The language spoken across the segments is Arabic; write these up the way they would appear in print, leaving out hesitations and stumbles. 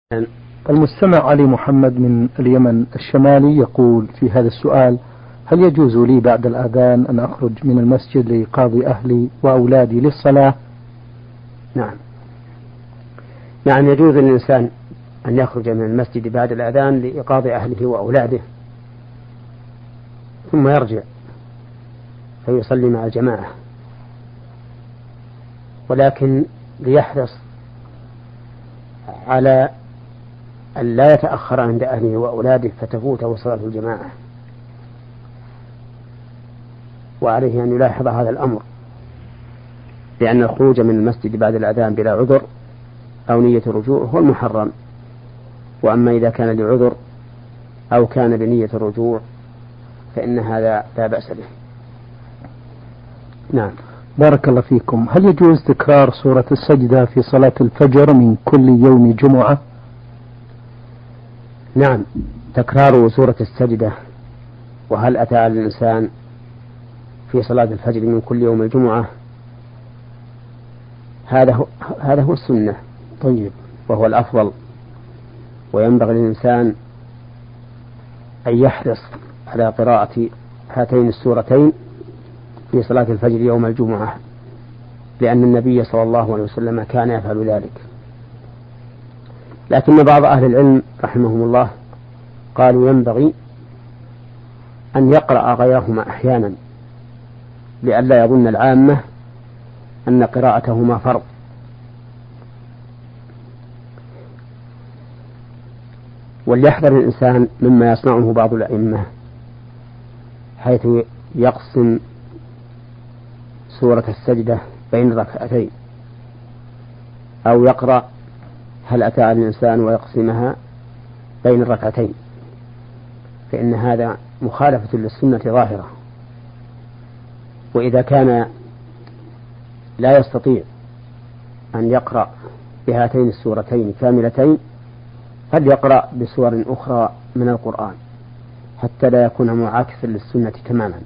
المستمع علي محمد من اليمن الشمالي يقول في هذا السؤال: هل يجوز لي بعد الأذان أن أخرج من المسجد لإيقاظ أهلي وأولادي للصلاة؟ نعم يجوز للإنسان أن يخرج من المسجد بعد الأذان لإيقاظ أهله وأولاده، ثم يرجع فيصلي مع الجماعة، ولكن ليحرص على أن لا يتأخر عند أهله وأولاده فتفوته صلاة الجماعة، وعليه أن يلاحظ هذا الأمر، لأن الخروج من المسجد بعد الأذان بلا عذر أو نية الرجوع هو المحرم، وأما إذا كان لعذر أو كان بنية الرجوع فإن هذا لا بأس به. نعم، بارك الله فيكم. هل يجوز تكرار سورة السجدة في صلاة الفجر من كل يوم جمعة؟ نعم، تكرار سورة السجدة وهل أتى على الإنسان في صلاة الفجر من كل يوم الجمعة هذا هو السنة. طيب، وهو الأفضل، وينبغي للإنسان أن يحرص على قراءة هاتين السورتين في صلاة الفجر يوم الجمعة، لأن النبي صلى الله عليه وسلم كان يفعل ذلك. لكن بعض أهل العلم رحمهم الله قالوا ينبغي أن يقرأ غيرهما أحيانا، لئلا يظن العامة أن قراءتهما فرض. وليحذر الإنسان مما يصنعه بعض الأئمة، حيث يقسم سورة السجدة بين ركعتين، أو يقرأ هل أتى على الإنسان ويقسمها بين الركعتين، فإن هذا مخالفة للسنة ظاهرة. وإذا كان لا يستطيع أن يقرأ بهاتين السورتين كاملتين فليقرأ بسور أخرى من القرآن حتى لا يكون معاكسا للسنة تماما.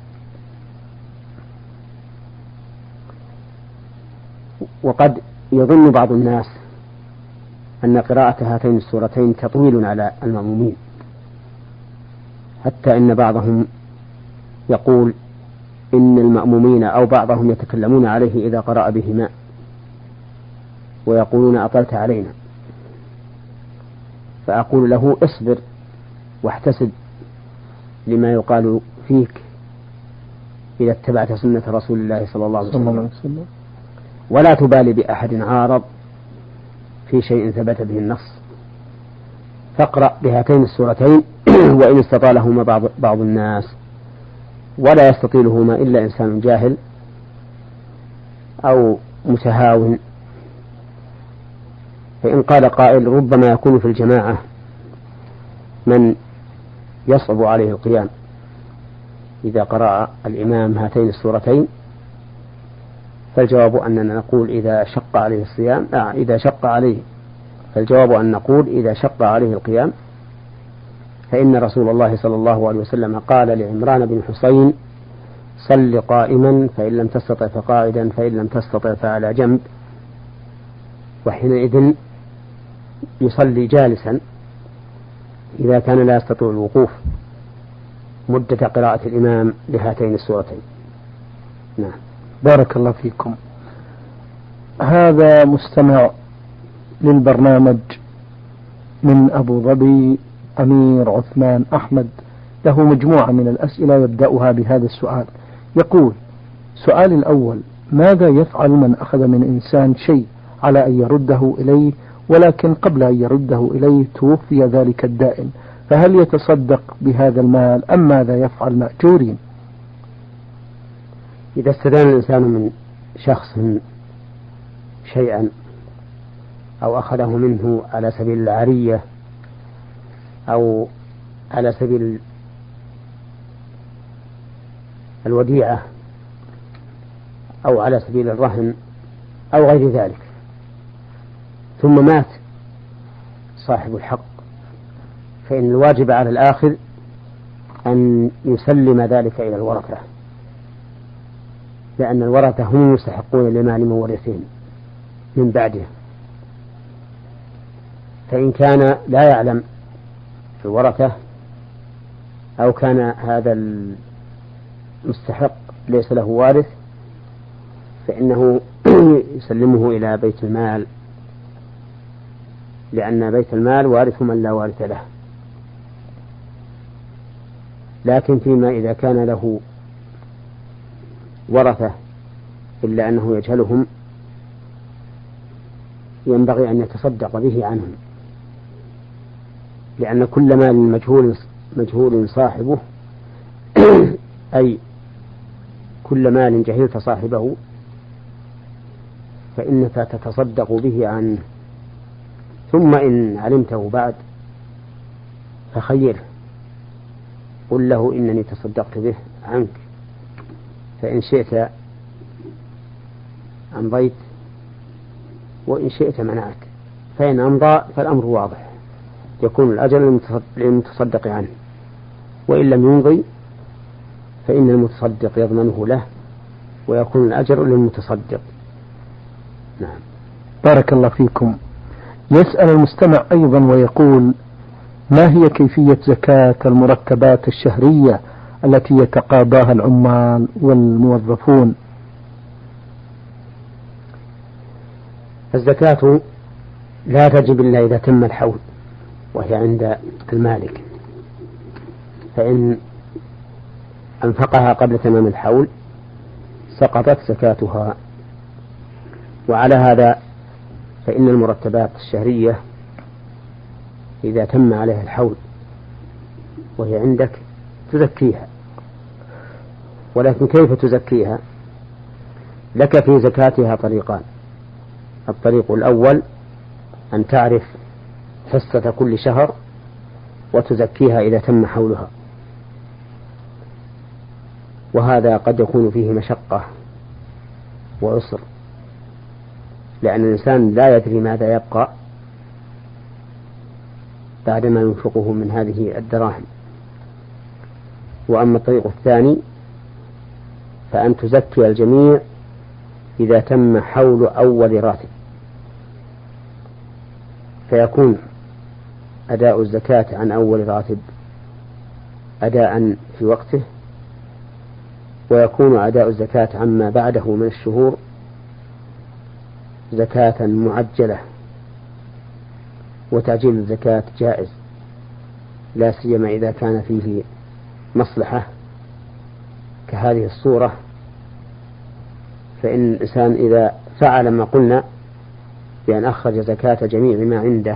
وقد يظن بعض الناس أن قراءة هاتين السورتين تطويل على المأمومين، حتى إن بعضهم يقول إن المأمومين أو بعضهم يتكلمون عليه إذا قرأ بهما ويقولون أطلت علينا، فأقول له اصبر واحتسب لما يقال فيك إذا اتبعت سنة رسول الله صلى الله عليه وسلم، ولا تبالي بأحد عارض في شيء ثبت به النص، فاقرأ بهاتين السورتين وإن استطالهما بعض الناس، ولا يستطيلهما إلا إنسان جاهل أو متهاون. فإن قال قائل ربما يكون في الجماعة من يصعب عليه القيام إذا قرأ الإمام هاتين السورتين، فالجواب أننا نقول إذا شق عليه الصيام فالجواب أن نقول إذا شق عليه القيام، فإن رسول الله صلى الله عليه وسلم قال لعمران بن حسين صل قائما فإن لم تستطع فقاعدا فإن لم تستطع فعلى جنب، وحينئذ يصلي جالسا إذا كان لا يستطيع الوقوف مدة قراءة الإمام لهاتين السورتين. نعم، بارك الله فيكم. هذا مستمع للبرنامج من أبو ظبي أمير عثمان أحمد، له مجموعة من الأسئلة يبدأها بهذا السؤال. يقول: سؤال الأول: ماذا يفعل من أخذ من إنسان شيء على أن يرده إليه، ولكن قبل أن يرده إليه توفي ذلك الدائن، فهل يتصدق بهذا المال أم ماذا يفعل مأجورين؟ إذا استدان الإنسان من شخص شيئا أو أخذه منه على سبيل العارية أو على سبيل الوديعة أو على سبيل الرهن أو غير ذلك، ثم مات صاحب الحق، فإن الواجب على الآخذ أن يسلم ذلك إلى الورثة، لأن الورثة هم يستحقون لمال مورثين من بعده. فإن كان لا يعلم الورثة أو كان هذا المستحق ليس له وارث فإنه يسلمه إلى بيت المال، لأن بيت المال وارث من لا وارث له. لكن فيما إذا كان له ورثة إلا أنه يجهلهم ينبغي أن يتصدق به عنهم، لأن كل مال مجهول صاحبه أي كل مال جهلت صاحبه فإنك تتصدق به عنه، ثم إن علمته بعد فخيره، قل له إنني تصدقت به عنك، فإن شئت أمضيت وإن شئت منعت، فإن أمضى فالأمر واضح، يكون الأجر للمتصدق عنه، وإن لم يمضي فإن المتصدق يضمنه له ويكون الأجر للمتصدق. نعم. بارك الله فيكم. يسأل المستمع أيضا ويقول: ما هي كيفية زكاة المرتبات الشهرية التي يتقاضاها العمال والموظفون؟ الزكاة لا تجب إلا إذا تم الحول، وهي عند المالك، فإن أنفقها قبل تمام الحول سقطت زكاتها. وعلى هذا فإن المرتبات الشهرية إذا تم عليها الحول وهي عندك تزكيها. ولكن كيف تزكيها؟ لك في زكاتها طريقان: الطريق الأول أن تعرف حصة كل شهر وتزكيها إذا تم حولها، وهذا قد يكون فيه مشقة وعسر، لأن الإنسان لا يدري ماذا يبقى بعدما ينفقه من هذه الدراهم. وأما الطريق الثاني فأن تزكي الجميع إذا تم حول أول راتب، فيكون أداء الزكاة عن أول راتب أداء في وقته، ويكون أداء الزكاة عما بعده من الشهور زكاة معجلة. وتعجيل الزكاة جائز، لا سيما إذا كان فيه مصلحة كهذه الصورة، فإن الإنسان إذا فعل ما قلنا بأن أخرج زكاة جميع ما عنده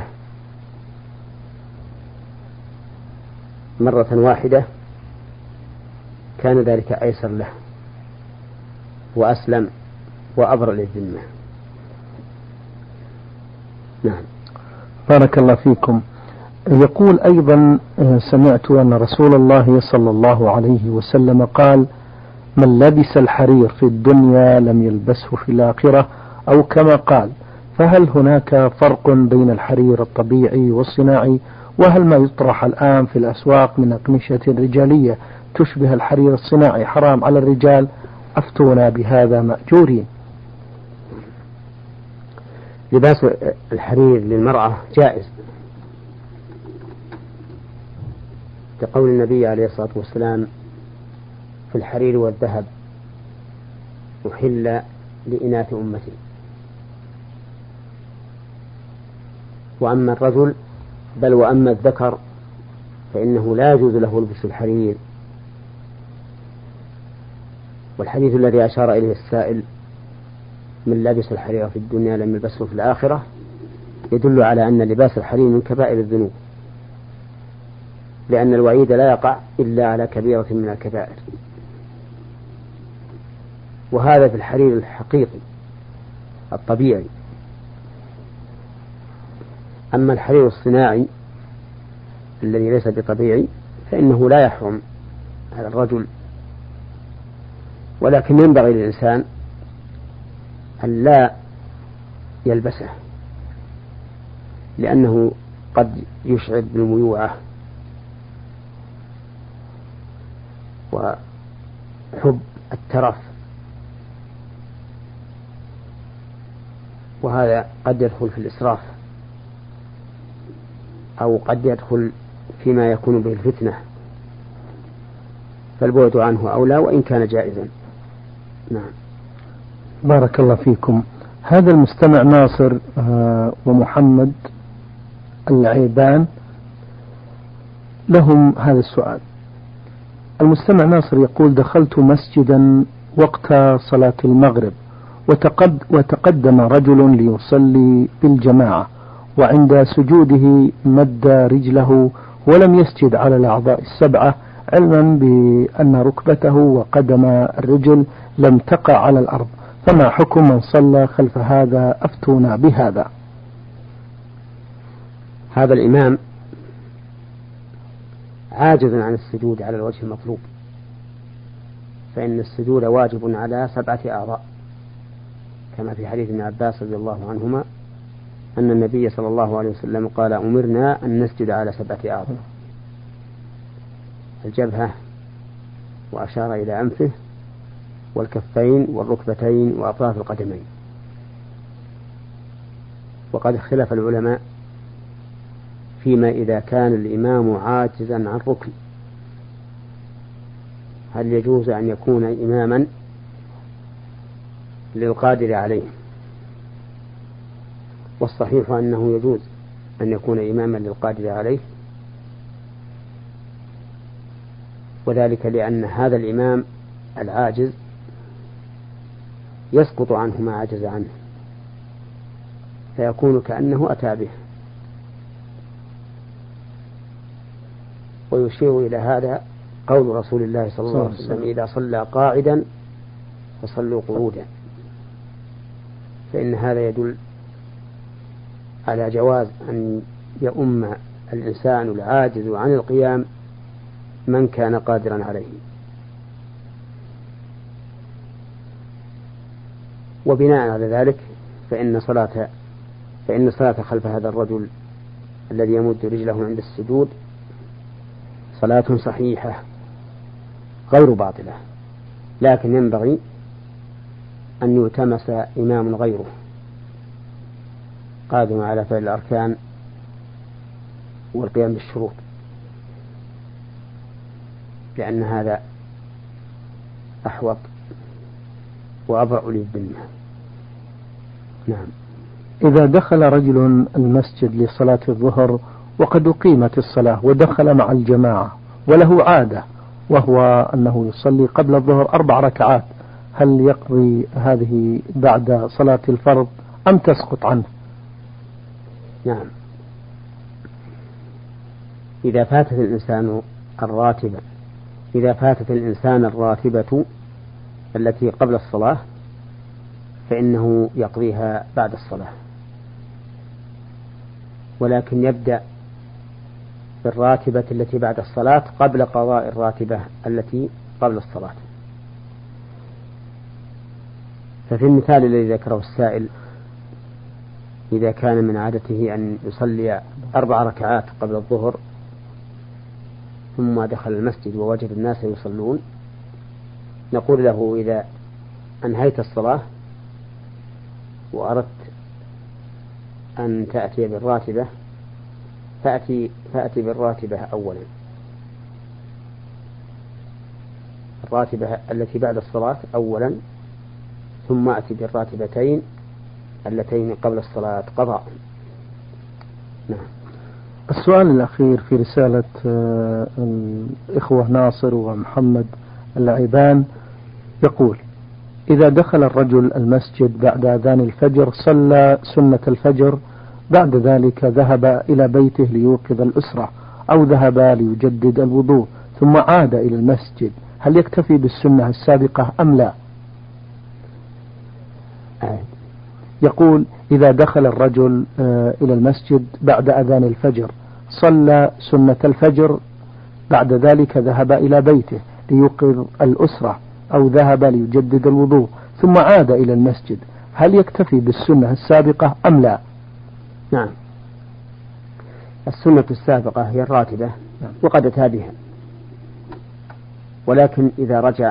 مرة واحدة كان ذلك أيسر له وأسلم وأبرأ للذمة. نعم. بارك الله فيكم. يقول أيضا: سمعت أن رسول الله صلى الله عليه وسلم قال: من لبس الحرير في الدنيا لم يلبسه في الآخرة، أو كما قال. فهل هناك فرق بين الحرير الطبيعي والصناعي؟ وهل ما يطرح الآن في الأسواق من أقمشة رجالية تشبه الحرير الصناعي حرام على الرجال؟ أفتونا بهذا مأجورين. لباس الحرير للمرأة جائز، كقول النبي عليه الصلاة والسلام: في الحرير والذهب أحل لإناث أمتي. وأما الرجل بل وأما الذكر فإنه لا يجوز له لبس الحرير. والحديث الذي أشار إليه السائل: من لبس الحرير في الدنيا لم يلبسه في الآخرة، يدل على أن لباس الحرير من كبائر الذنوب، لأن الوعيد لا يقع إلا على كبيرة من الكبائر. وهذا في الحرير الحقيقي الطبيعي. أما الحرير الصناعي الذي ليس بطبيعي فإنه لا يحرم على الرجل، ولكن ينبغي للإنسان أن لا يلبسه، لأنه قد يشعر بالميوعة وحب الترف، وهذا قد يدخل في الإسراف. أو قد يدخل فيما يكون به الفتنة، فالبعد عنه أولى وإن كان جائزا. نعم. بارك الله فيكم. هذا المستمع ناصر ومحمد العيبان لهم هذا السؤال. المستمع ناصر يقول: دخلت مسجدا وقت صلاة المغرب وتقدم رجل ليصلي بالجماعة، وعند سجوده مد رجله ولم يسجد على الأعضاء السبعة، علما بأن ركبته وقدم الرجل لم تقع على الأرض، فما حكم من صلى خلف هذا؟ أفتونا بهذا. هذا الإمام عاجز عن السجود على الوجه المطلوب، فإن السجود واجب على 7 أعضاء، كما في حديث ابن عباس رضي الله عنهما أن النبي صلى الله عليه وسلم قال: أمرنا أن نسجد على 7 أعضاء: الجبهة، وأشار إلى أنفه، والكفين، والركبتين، وأطراف القدمين. وقد اختلف العلماء فيما إذا كان الإمام عاجزا عن ركن، هل يجوز أن يكون إماما للقادر عليه؟ والصحيح أنه يجوز أن يكون إماما للقادر عليه، وذلك لأن هذا الإمام العاجز يسقط عنه ما عجز عنه، فيكون كأنه أتى به. ويشير إلى هذا قول رسول الله صلى الله عليه وسلم: إذا صلى قاعدا فصلوا قعودا. فإن هذا يدل على جواز أن يؤم الإنسان العاجز عن القيام من كان قادرا عليه. وبناء على ذلك فإن صلاة خلف هذا الرجل الذي يمد رجله عند السجود صلاة صحيحة غير باطلة، لكن ينبغي أن يلتمس إمام غيره قادم على فعل الأركان والقيام بالشروط، لأن هذا أحوط وأبرأ للذمة. نعم. إذا دخل رجل المسجد لصلاة الظهر وقد أقيمت الصلاة ودخل مع الجماعة وله عادة وهو أنه يصلي قبل الظهر 4 ركعات، هل يقضي هذه بعد صلاة الفرض أم تسقط عنه؟ نعم. إذا فاتت الإنسان الراتبة التي قبل الصلاة فإنه يقضيها بعد الصلاة، ولكن يبدأ بالراتبة التي بعد الصلاة قبل قضاء الراتبة التي قبل الصلاة. ففي المثال الذي ذكره السائل، إذا كان من عادته أن يصلي 4 ركعات قبل الظهر ثم دخل المسجد ووجد الناس يصلون، نقول له: إذا أنهيت الصلاة وأردت أن تأتي بالراتبة فأتي بالراتبة أولا، الراتبة التي بعد الصلاة أولا، ثم أتي بالراتبتين اللتين قبل الصلاة قضاء. نعم. السؤال الأخير في رسالة الإخوة ناصر ومحمد العيبان يقول: إذا دخل الرجل المسجد بعد أذان الفجر صلى سنة الفجر، بعد ذلك ذهب إلى بيته ليوقظ الأسرة أو ذهب ليجدد الوضوء ثم عاد إلى المسجد، هل يكتفي بالسنة السابقة أم لا؟ يقول: إذا دخل الرجل إلى المسجد بعد أذان الفجر صلى سنة الفجر، بعد ذلك ذهب إلى بيته ليوقظ الأسرة أو ذهب ليجدد الوضوء ثم عاد إلى المسجد، هل يكتفي بالسنة السابقة أم لا؟ نعم. السنة السابقة هي الراتبة وقد أتى بها، ولكن إذا رجع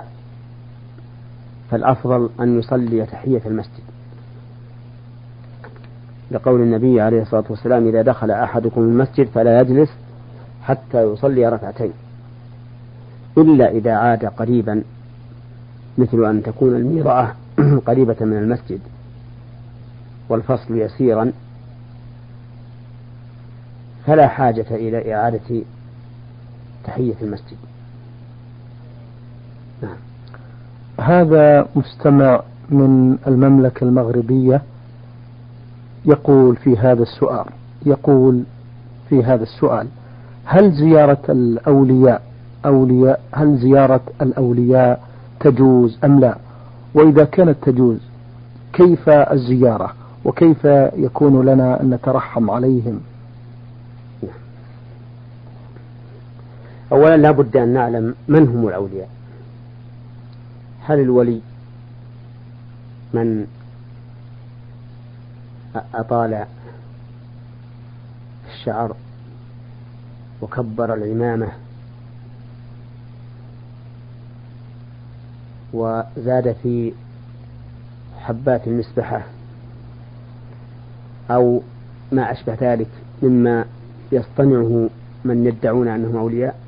فالأفضل أن يصلي تحية المسجد، لقول النبي عليه الصلاة والسلام: إذا دخل أحدكم المسجد فلا يجلس حتى يصلي ركعتين إلا إذا عاد قريبا، مثل أن تكون الميرأة قريبة من المسجد والفصل يسيرا، فلا حاجة إلى إعادة تحية المسجد. نعم. هذا مستمع من المملكة المغربية يقول في هذا السؤال: هل زيارة الأولياء تجوز أم لا؟ وإذا كانت تجوز كيف الزيارة، وكيف يكون لنا أن نترحم عليهم؟ أولا لا بد أن نعلم من هم الأولياء. هل الولي من أطال الشعر وكبر العمامة وزاد في حبات المسبحة أو ما أشبه ذلك مما يصطنعه من يدعون أنهم أولياء،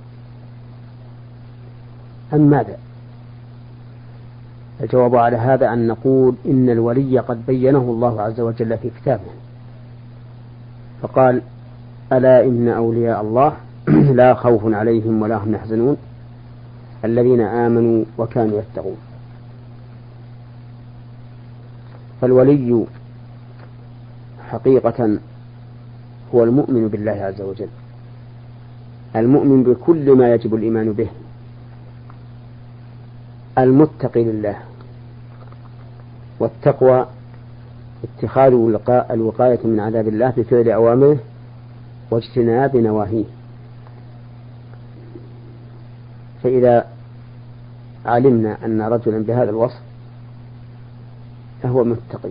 أم ماذا؟ الجواب على هذا أن نقول إن الولي قد بينه الله عز وجل في كتابه، فقال: ألا إن أولياء الله لا خوف عليهم ولا هم يحزنون الذين آمنوا وكانوا يتقون. فالولي حقيقة هو المؤمن بالله عز وجل، المؤمن بكل ما يجب الإيمان به، المتقي لله. والتقوى اتخاذ الوقاية من عذاب الله بفعل أوامره واجتناب نواهيه. فإذا علمنا أن رجلا بهذا الوصف فهو متقي.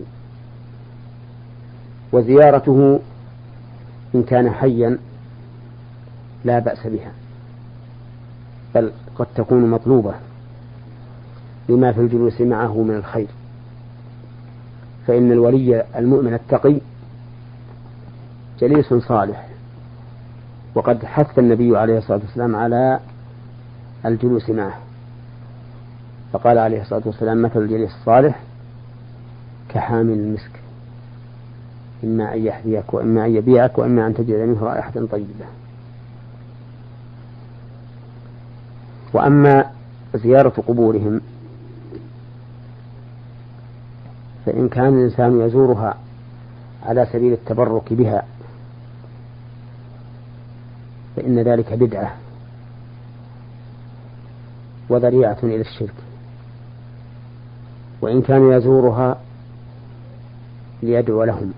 وزيارته إن كان حيا لا بأس بها، بل قد تكون مطلوبة لما في الجلوس معه من الخير. فإن الولي المؤمن التقي جليس صالح، وقد حث النبي عليه الصلاة والسلام على الجلوس معه، فقال عليه الصلاة والسلام: مثل الجليس الصالح كحامل المسك، إما أن يحذيك وإما أن يبيعك وإما أن تجد منه رائحة طيبة. وأما زيارة قبورهم فإن كان الإنسان يزورها على سبيل التبرك بها فإن ذلك بدعة وذريعة إلى الشرك. وإن كان يزورها ليدعو لهم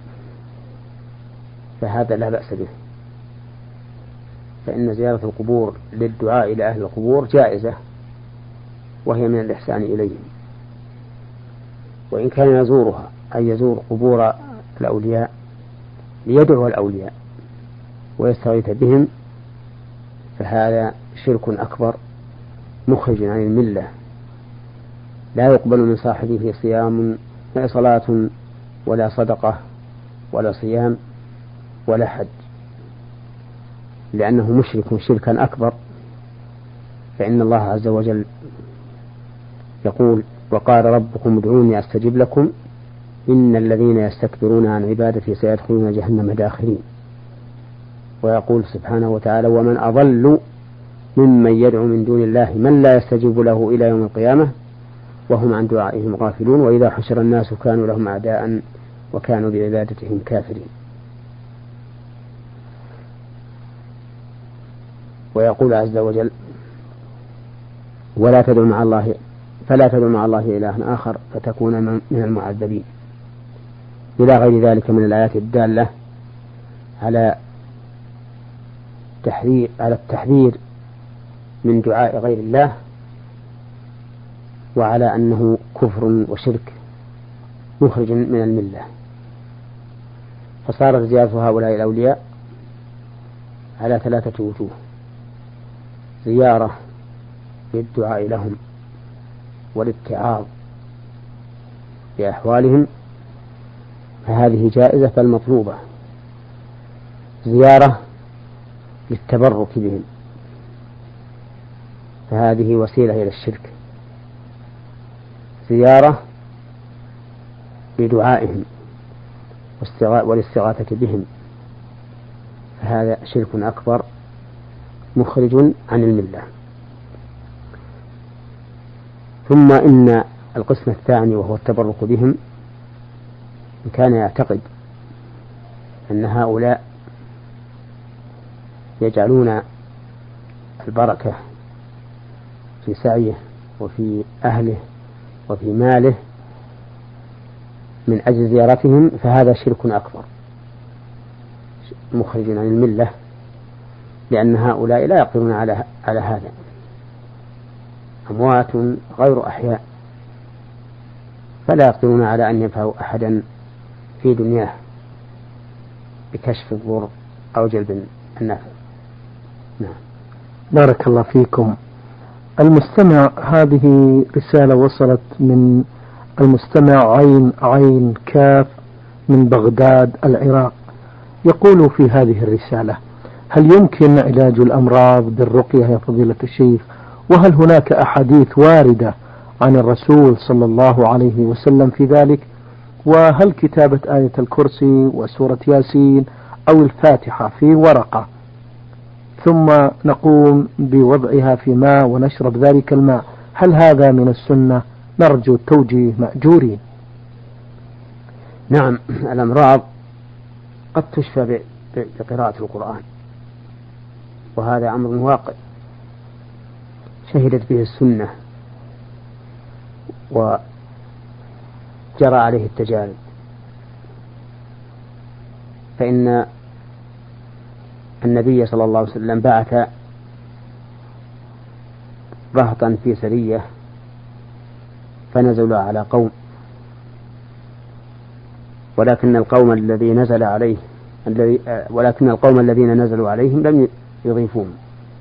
فهذا لا بأس به، فإن زيارة القبور للدعاء إلى أهل القبور جائزة، وهي من الإحسان إليهم. وإن كان يزورها أي يزور قبور الأولياء ليدعو الأولياء ويستغيث بهم فهذا شرك أكبر مخرج عن الملة، لا يقبل من صاحبه صلاة ولا صدقة ولا صيام ولا حج، لأنه مشرك شركا أكبر. فإن الله عز وجل يقول: وقال ربكم ادعوني أستجب لكم إن الذين يستكبرون عن عبادتي سيدخلون جهنم داخرين. ويقول سبحانه وتعالى: ومن أضل ممن يدعو من دون الله من لا يستجيب له إلى يوم القيامة وهم عن دعائهم غافلون وإذا حشر الناس كانوا لهم أعداء وكانوا بعبادتهم كافرين. ويقول عز وجل: فلا تدع مع الله إلها آخر فتكون من المعذبين، إلى غير ذلك من الآيات الدالة على التحذير من دعاء غير الله، وعلى أنه كفر وشرك مخرج من الملة. فصارت زيارة هؤلاء الأولياء على 3 وجوه: زيارة للدعاء لهم والاتعاظ بأحوالهم، فهذه جائزة بل مطلوبة. زيارة للتبرك بهم فهذه وسيلة إلى الشرك. زيارة لدعائهم والاستغاثة بهم فهذا شرك أكبر مخرج عن الملة. ثم إن القسم الثاني وهو التبرك بهم إن كان يعتقد أن هؤلاء يجعلون البركة في سعيه وفي أهله وفي ماله من أجل زيارتهم فهذا شرك أكبر مخرج عن الملة، لأن هؤلاء لا يقدرون على هذا، أموات غير أحياء فلا يقدرون على أن ينفعوا أحدا في دنياه بكشف الضر أو جلب النفع. نعم. بارك الله فيكم. المستمع، هذه رسالة وصلت من المستمع عين كاف من بغداد العراق. يقول في هذه الرسالة: هل يمكن علاج الأمراض بالرقية يا فضيلة الشيخ؟ وهل هناك أحاديث واردة عن الرسول صلى الله عليه وسلم في ذلك؟ وهل كتابة آية الكرسي وسورة ياسين أو الفاتحة في ورقة ثم نقوم بوضعها في ماء ونشرب ذلك الماء، هل هذا من السنة؟ نرجو التوجيه مأجورين. نعم، الأمراض قد تشفى بقراءة القرآن، وهذا أمر واقع شهدت به السنة وجرى عليه التجارب. فإن النبي صلى الله عليه وسلم بعث رهطا في سرية فنزلوا على قوم، ولكن القوم الذين نزلوا عليهم لم يضيفوهم،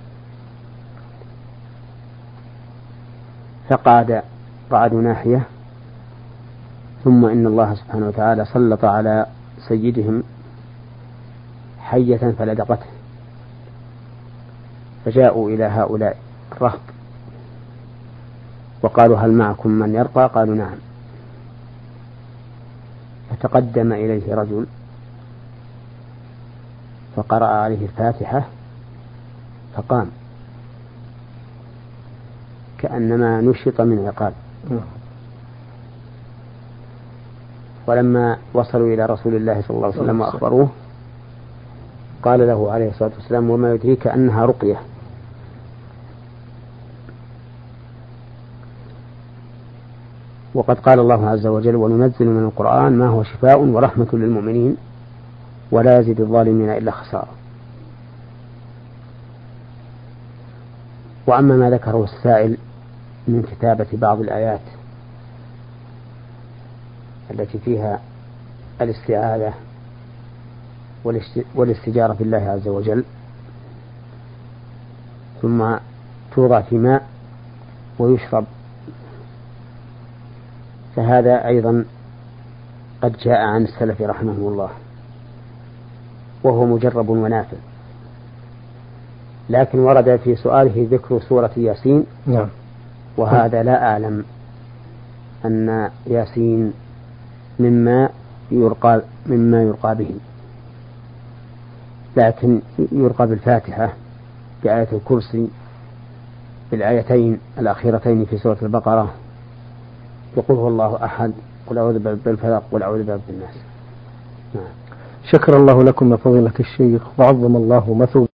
فقعدوا ناحية، ثم إن الله سبحانه وتعالى سلط على سيدهم حية فلدغته، فجاءوا إلى هؤلاء الرهط وقالوا: هل معكم من يرقى؟ قالوا: نعم. فتقدم إليه رجل فقرأ عليه الفاتحة فقام كأنما نشط من عقال. ولما وصلوا إلى رسول الله صلى الله عليه وسلم وأخبروه قال له عليه الصلاة والسلام: وما يدريك أنها رقية؟ وقد قال الله عز وجل: وننزل من القرآن ما هو شفاء ورحمة للمؤمنين ولا يزيد الظالمين إلا خسارة. وأما ما ذكره السائل من كتابة بعض الآيات التي فيها الاستعاذة والاستجارة بالله عز وجل ثم توضع في ماء ويشرب، فهذا أيضا قد جاء عن السلف رحمه الله وهو مجرب ونافع، لكن ورد في سؤاله ذكر سورة ياسين. نعم. وهذا لا أعلم أن ياسين مما يرقى به، لكن يرقى بالفاتحة بآية الكرسي بالآيتين الأخيرتين في سورة البقرة، يقول هو الله أحد، قل أعوذ بالفلق، قل أعوذ برب الناس. شكر الله لكم يا فضيلة الشيخ وعظم الله مثوبة.